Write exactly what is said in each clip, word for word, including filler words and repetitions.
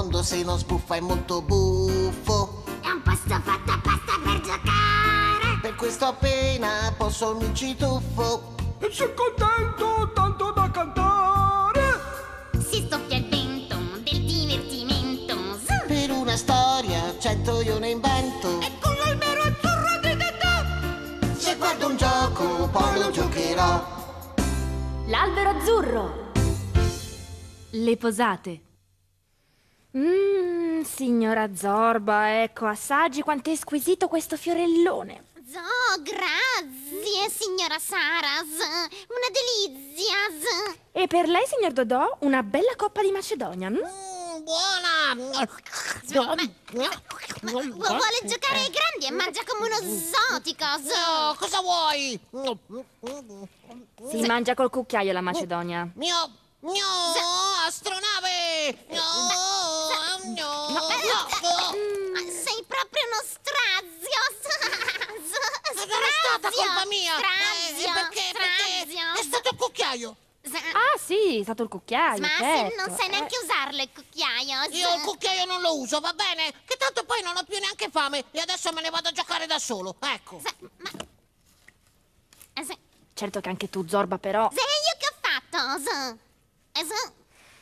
mondo se non sbuffa è molto buffo. È un posto fatto apposta per giocare. Per questo appena posso mi ci tuffo. E sono contento tanto da cantare. Si soffia il vento del divertimento. Zoom. Per una storia cento io ne invento. E con l'albero azzurro di tetà. Se guardo un gioco poi lo giocherò. L'albero azzurro. Le posate. Mmm, signora Zorba, ecco, assaggi quanto è squisito questo fiorellone. Oh, grazie, signora Saras. Una delizia. E per lei, signor Dodò, una bella coppa di Macedonia. Mm? Mm, buona! Vuole giocare ai grandi e mangia come uno zotico. No, cosa vuoi? Si mangia col cucchiaio la Macedonia. Mio... Mio... Astronave! No! No! Sei proprio uno strazio. Ma non è stata colpa mia! Strazio, Eh, perché, perché strazio. è stato il cucchiaio! Ah, sì, è stato il cucchiaio, Ma se certo. non sai neanche usarlo il cucchiaio. Io il cucchiaio non lo uso, va bene? Che tanto poi non ho più neanche fame e adesso me ne vado a giocare da solo, ecco. Ma... Se... Certo che anche tu, Zorba, però... Se io che ho fatto? Z... Z...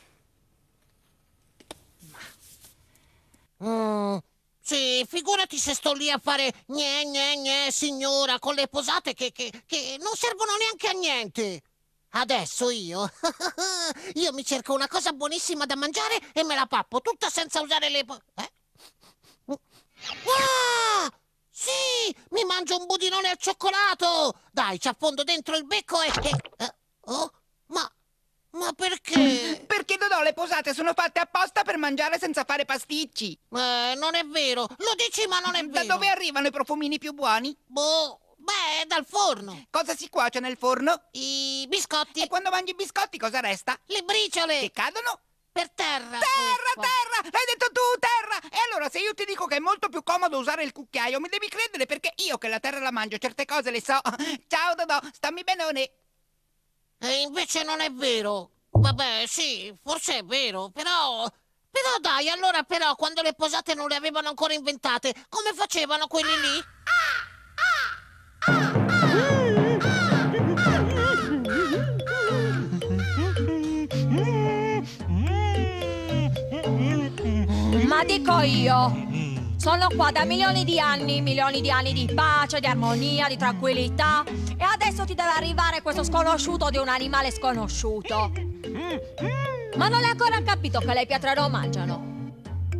Mm, sì, figurati se sto lì a fare gne gne gne, signora, con le posate che, che, che non servono neanche a niente. Adesso io, io mi cerco una cosa buonissima da mangiare e me la pappo, tutta senza usare le... po- eh? Ah! Sì, mi mangio un budinone al cioccolato! Dai, ci affondo dentro il becco e... e eh, oh, ma... ma perché? Perché Dodò, le posate sono fatte apposta per mangiare senza fare pasticci. Eh, non è vero, lo dici ma non è Da vero. dove arrivano i profumini più buoni? Boh, beh, dal forno. Cosa si cuoce nel forno? I biscotti. E quando mangi i biscotti cosa resta? Le briciole. Che cadono? Per terra. Terra, Uffa. terra! L'hai detto tu, terra! E allora se io ti dico che è molto più comodo usare il cucchiaio, mi devi credere perché io che la terra la mangio, certe cose le so. Ciao Dodò, stammi benone. E invece non è vero. Vabbè, sì, forse è vero, però... Però dai, allora però, quando le posate non le avevano ancora inventate, come facevano quelli lì? Ma dico io, sono qua da milioni di anni, milioni di anni di pace, di armonia, di tranquillità. E adesso ti deve arrivare questo sconosciuto di un animale sconosciuto. Ma non hai ancora capito che le pietre non mangiano.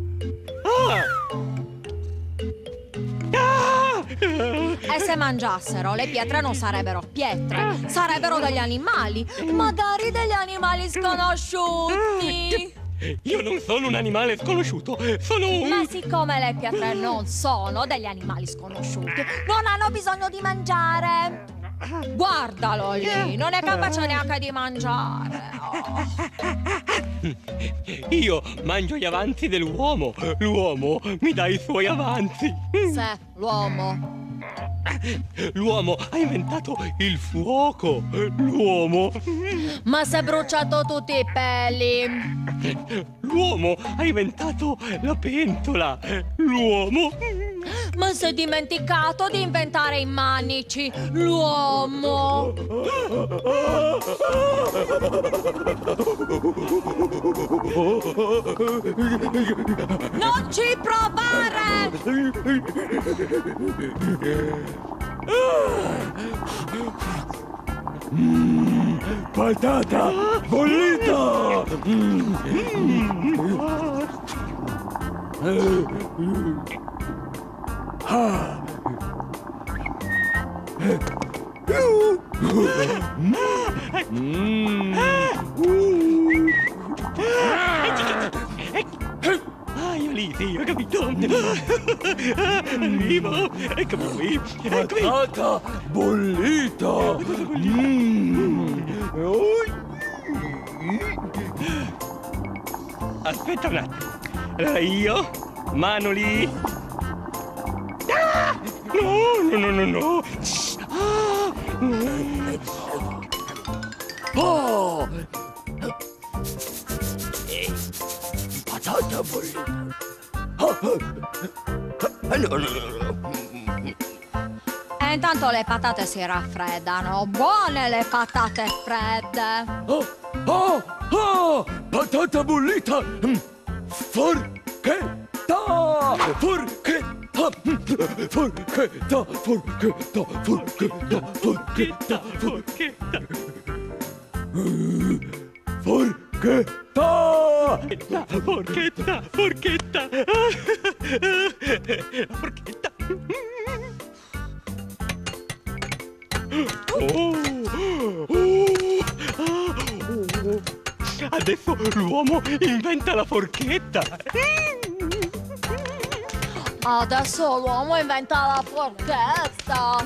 E se mangiassero, le pietre non sarebbero pietre, sarebbero degli animali, magari degli animali sconosciuti. Io non sono un animale sconosciuto, sono un... Ma siccome le pietre non sono degli animali sconosciuti, non hanno bisogno di mangiare. Guardalo lì, non è capace neanche di mangiare. Oh. Io mangio gli avanzi dell'uomo, l'uomo mi dà i suoi avanzi. Se, l'uomo. L'uomo ha inventato il fuoco, l'uomo... Ma si è bruciato tutti i peli. L'uomo ha inventato la pentola, l'uomo... Ma si è dimenticato di inventare i manici, l'uomo. Non ci provare! Mm, patata bollita! Mm. Ah. Mm. Ah, io lì, sì, ho capito. Arrivo, eccomi qui, eccomi. Patata bollita! Mm. Aspetta un attimo. Allora io, mano lì. Ah! No, no, no, no, no. Ah! Oh! Patata Patata bollita. Oh, oh. Ah, no, no, no. E intanto le patate si raffreddano. Buone le patate fredde. Oh, oh, oh, patata bollita. Mm. Forchetta, forchetta, forchetta, forchetta, forchetta, forchetta, forchetta. Forchetta! Forchetta, forchetta. Forchetta. Oh, oh, ah, oh. Adesso l'uomo inventa la forchetta. Adesso l'uomo inventa la forchetta.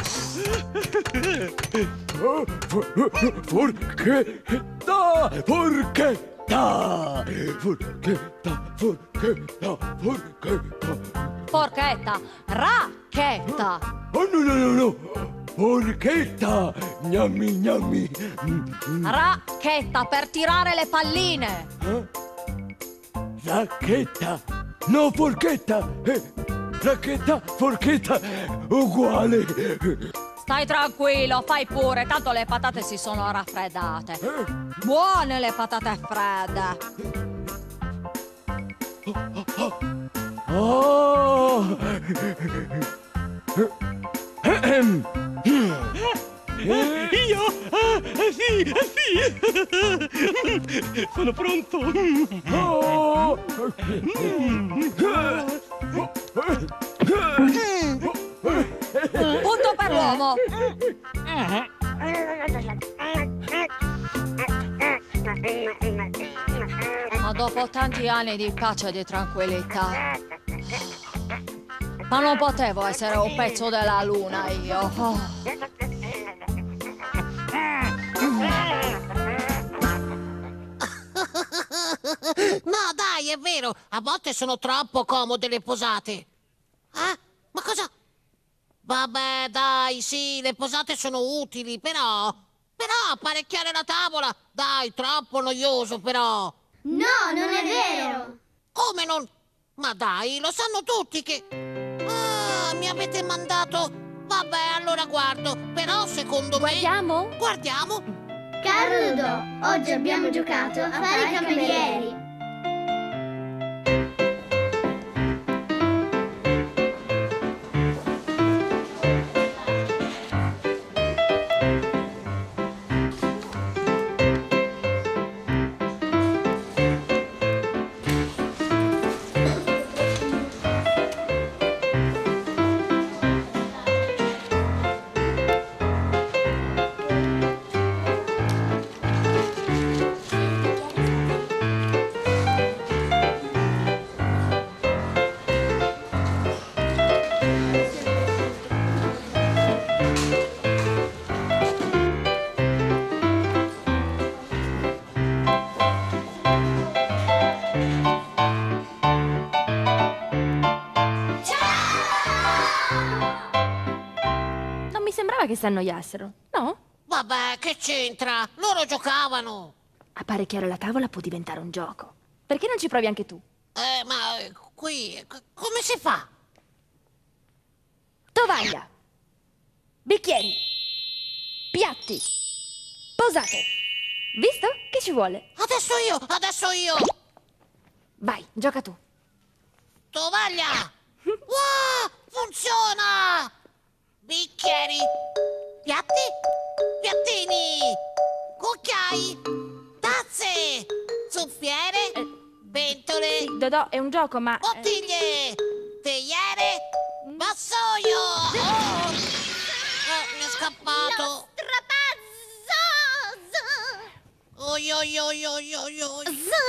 Forchetta, forchetta, forchetta, forchetta, forchetta. Forchetta, racchetta. Oh no no no no! Forchetta! Gnammi gnammi! Racchetta per tirare le palline. Eh? Racchetta! No, forchetta! Eh, racchetta, forchetta! Uguale! Stai tranquillo, fai pure, tanto le patate si sono raffreddate. Eh? Buone le patate fredde. Oh! Io? Ah, sì, sì. Sono pronto. Oh! Punto per l'uomo. Ma dopo tanti anni di pace e di tranquillità, ma non potevo essere un pezzo della luna io. Oh. No, dai, è vero, a volte sono troppo comode le posate. Eh? Ma cosa? Vabbè, dai, sì, le posate sono utili, però... Però apparecchiare la tavola, dai, troppo noioso, però. No, non è vero! Come non? Ma dai, lo sanno tutti che... Ah, mi avete mandato... Vabbè, allora guardo, però secondo Guardiamo? me... Guardiamo? Caro Dodò, oggi abbiamo giocato a fare i camerieri. Che si annoiassero, no? Vabbè, che c'entra? Loro giocavano. Apparecchiare la tavola può diventare un gioco. Perché non ci provi anche tu? Eh, ma eh, qui... c- come si fa? Tovaglia, bicchieri, piatti, posate. Visto? Che ci vuole? Adesso io, adesso io! Vai, gioca tu. Tovaglia! Wow, funziona! Bicchieri, piatti, piattini, cucchiai, tazze, zuffiere, pentole, Sì, Dodò, è un gioco, ma... eh, bottiglie, teiere, vassoio! Oh! Eh, mi è scappato! Oi, oi, oi, oi, oi, oi.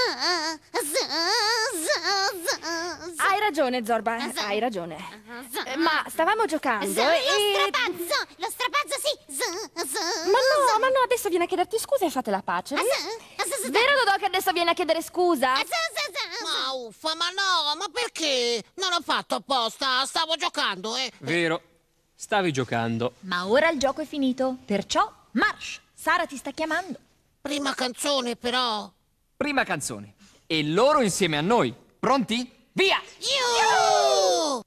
Hai ragione, Zorba, hai ragione. Eh, Ma stavamo giocando Lo e... strapazzo! Lo strapazzo, sì! Z, z, Ma no, ma no, adesso viene a chiederti scusa e fate la pace. Vero, Dodò, che adesso viene a chiedere scusa? Ma uffa, ma no, ma perché? Non l'ho fatto apposta, stavo giocando, eh. Vero, stavi giocando. Ma ora il gioco è finito, perciò march! Sara ti sta chiamando. Prima canzone, però. Prima canzone. e loro insieme a noi. Pronti? Via! Iuh!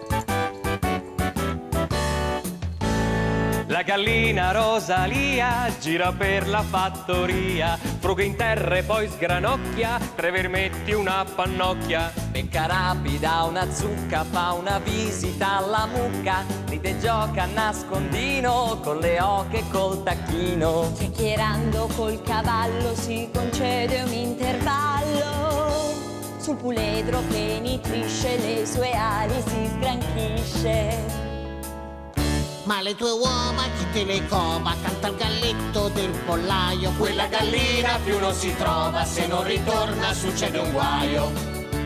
La gallina Rosalia gira per la fattoria, fruga in terra e poi sgranocchia, tre vermetti una pannocchia. Becca rapida una zucca, fa una visita alla mucca, ride e gioca a nascondino con le oche e col tacchino. Chiacchierando col cavallo si concede un intervallo, sul puledro che nitrisce le sue ali si sgranchisce. Ma le tue uova chi te le cova? Canta il galletto del pollaio. Quella gallina più non si trova, se non ritorna succede un guaio.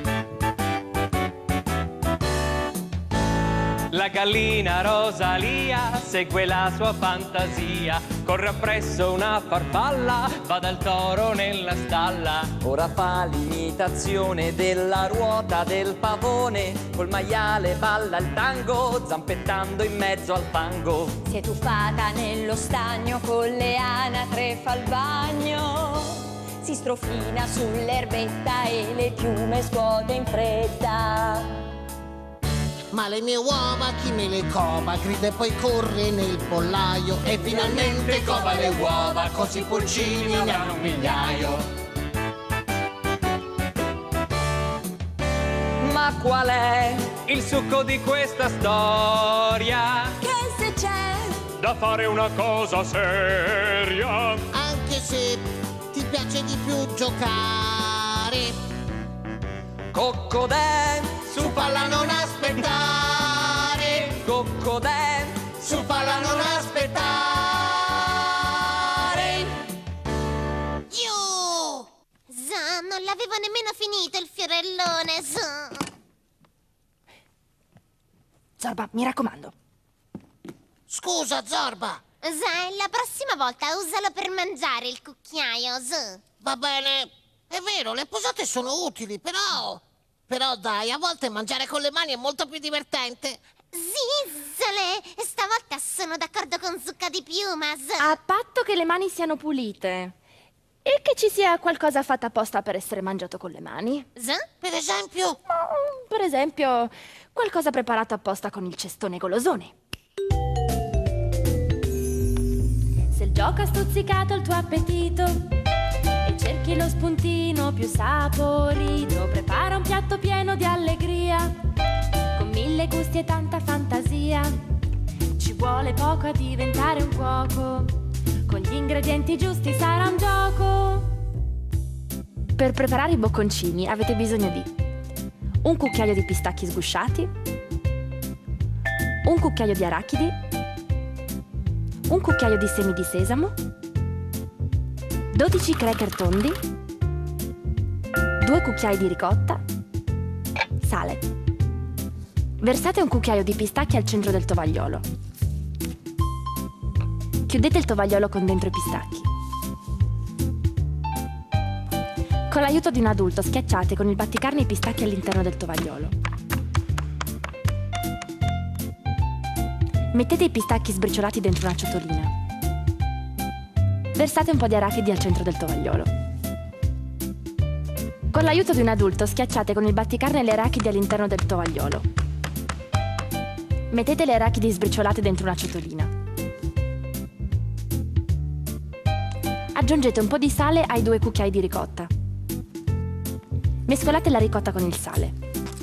La gallina Rosalia segue la sua fantasia, corre appresso una farfalla, va dal toro nella stalla. Ora fa l'imitazione della ruota del pavone, col maiale balla il tango, zampettando in mezzo al fango. Si è tuffata nello stagno, con le anatre fa il bagno, si strofina sull'erbetta e le piume scuote in fretta. Ma le mie uova chi me le cova? Grida e poi corre nel pollaio e finalmente cova le uova, così i pulcini ne hanno un migliaio. Ma qual è il succo di questa storia? Che se c'è Da fare una cosa seria, Anche se ti piace di più giocare, Coccodè, su palla non aspettare, Coccodè, su palla non aspettare. Io! Za, non l'avevo nemmeno finito il fiorellone, Za. Zorba, mi raccomando. Scusa, Zorba. Za, la prossima volta usalo per mangiare il cucchiaio, Za. Va bene, è vero, le posate sono utili, però... Però dai, a volte mangiare con le mani è molto più divertente. Zizzole! Stavolta sono d'accordo con Zucca di Piuma, Za. A patto che le mani siano pulite e che ci sia qualcosa fatto apposta per essere mangiato con le mani. Za? Per esempio... Per esempio, qualcosa preparato apposta con il cestone golosone. Se il gioco ha stuzzicato il tuo appetito e cerchi lo spuntino più saporito, prepara un piatto pieno di allegria, con mille gusti e tanta fantasia. Ci vuole poco a diventare un cuoco, con gli ingredienti giusti sarà un gioco. Per preparare i bocconcini avete bisogno di un cucchiaio di pistacchi sgusciati, un cucchiaio di arachidi, un cucchiaio di semi di sesamo, dodici cracker tondi, due cucchiai di ricotta, sale. Versate un cucchiaio di pistacchi al centro del tovagliolo. Chiudete il tovagliolo con dentro i pistacchi. Con l'aiuto di un adulto schiacciate con il batticarne i pistacchi all'interno del tovagliolo. Mettete i pistacchi sbriciolati dentro una ciotolina. Versate un po' di arachidi al centro del tovagliolo. Con l'aiuto di un adulto schiacciate con il batticarne le arachidi all'interno del tovagliolo. Mettete le arachidi sbriciolate dentro una ciotolina. Aggiungete un po' di sale ai due cucchiai di ricotta. Mescolate la ricotta con il sale.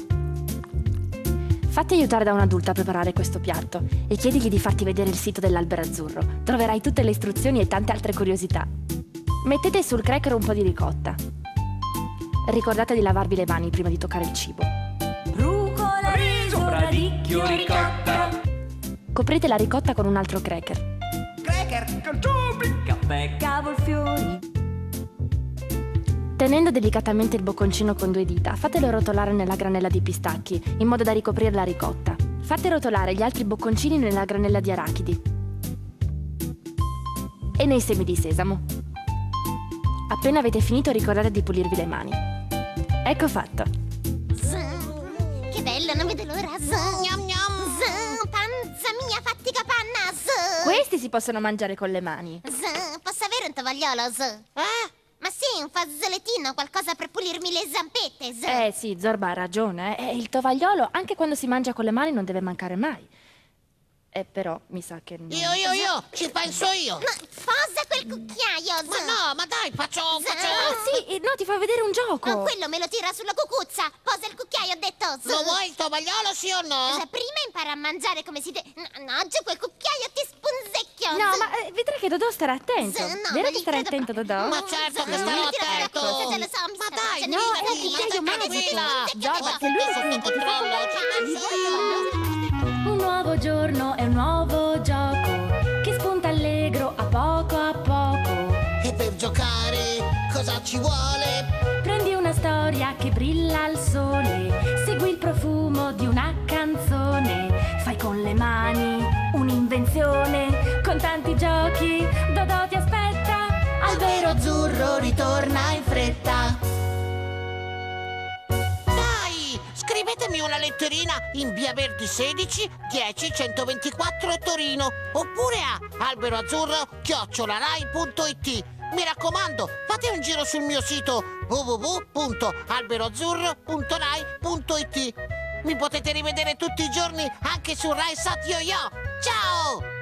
Fatti aiutare da un adulto a preparare questo piatto e chiedigli di farti vedere il sito dell'Albero Azzurro. Troverai tutte le istruzioni e tante altre curiosità. Mettete sul cracker un po' di ricotta. Ricordate di lavarvi le mani prima di toccare il cibo. rucola, riso, radicchio, ricotta. Coprite la ricotta con un altro cracker. Cracker, Carciofi, Caffè, cavolfiori. Tenendo delicatamente il bocconcino con due dita, fatelo rotolare nella granella di pistacchi, in modo da ricoprire la ricotta. Fate rotolare gli altri bocconcini nella granella di arachidi e nei semi di sesamo. Appena avete finito, ricordate di pulirvi le mani. Ecco fatto. Za. Che bello, non vedo l'ora, Za. Gnam gnam. Za, panza mia, fatti capanna, Za. Questi si possono mangiare con le mani. Za, posso avere un tovagliolo, Za? Eh? Ma sì, Sì, un fazzolettino, qualcosa per pulirmi le zampette. Z. Eh sì, Zorba ha ragione. Eh, il tovagliolo, anche quando si mangia con le mani, non deve mancare mai. Eh, però mi sa che no. Io, io, io, ci penso io. Ma posa quel cucchiaio, Z. Ma no, ma dai, faccio... Z. faccio... Ah, sì, no, ti fa vedere un gioco. Ma quello me lo tira sulla cucuzza. Posa il cucchiaio, ho detto. Z. Lo vuoi il tovagliolo, sì o no? Z, prima impara a mangiare come si deve. No, no, giù quel cucchiaio ti spunzecchio. No, Z. ma eh, vedrai che Dodò starà attento. Z, no, Vero non che gli starà credo attento, proprio. Dodò? Ma certo che Z, starò non mi tirare la attento. cosa, già lo so, mi Ma sta dai, facendo no, venire è la il vita. cucchiaio Z, magico. adesso ti Zorba, spunzecchio. se lui Sotto sente, ti fa controllo, ci penso io. Un nuovo giorno è un nuovo gioco che spunta allegro a poco a poco. E per giocare cosa ci vuole? Prendi una storia che brilla al sole, segui il profumo di una canzone, fai con le mani un'invenzione, con tanti giochi Dodò ti aspetta, Albero Azzurro ritorna in fretta. Dai, scrivetemi una letterina in via Verdi sedici dieci centoventiquattro Torino oppure a alberoazzurro chiocciola rai punto it. Mi raccomando, fate un giro sul mio sito w w w punto alberoazzurro punto rai punto it. Mi potete rivedere tutti i giorni anche su Rai Sat Yo Yo. Ciao!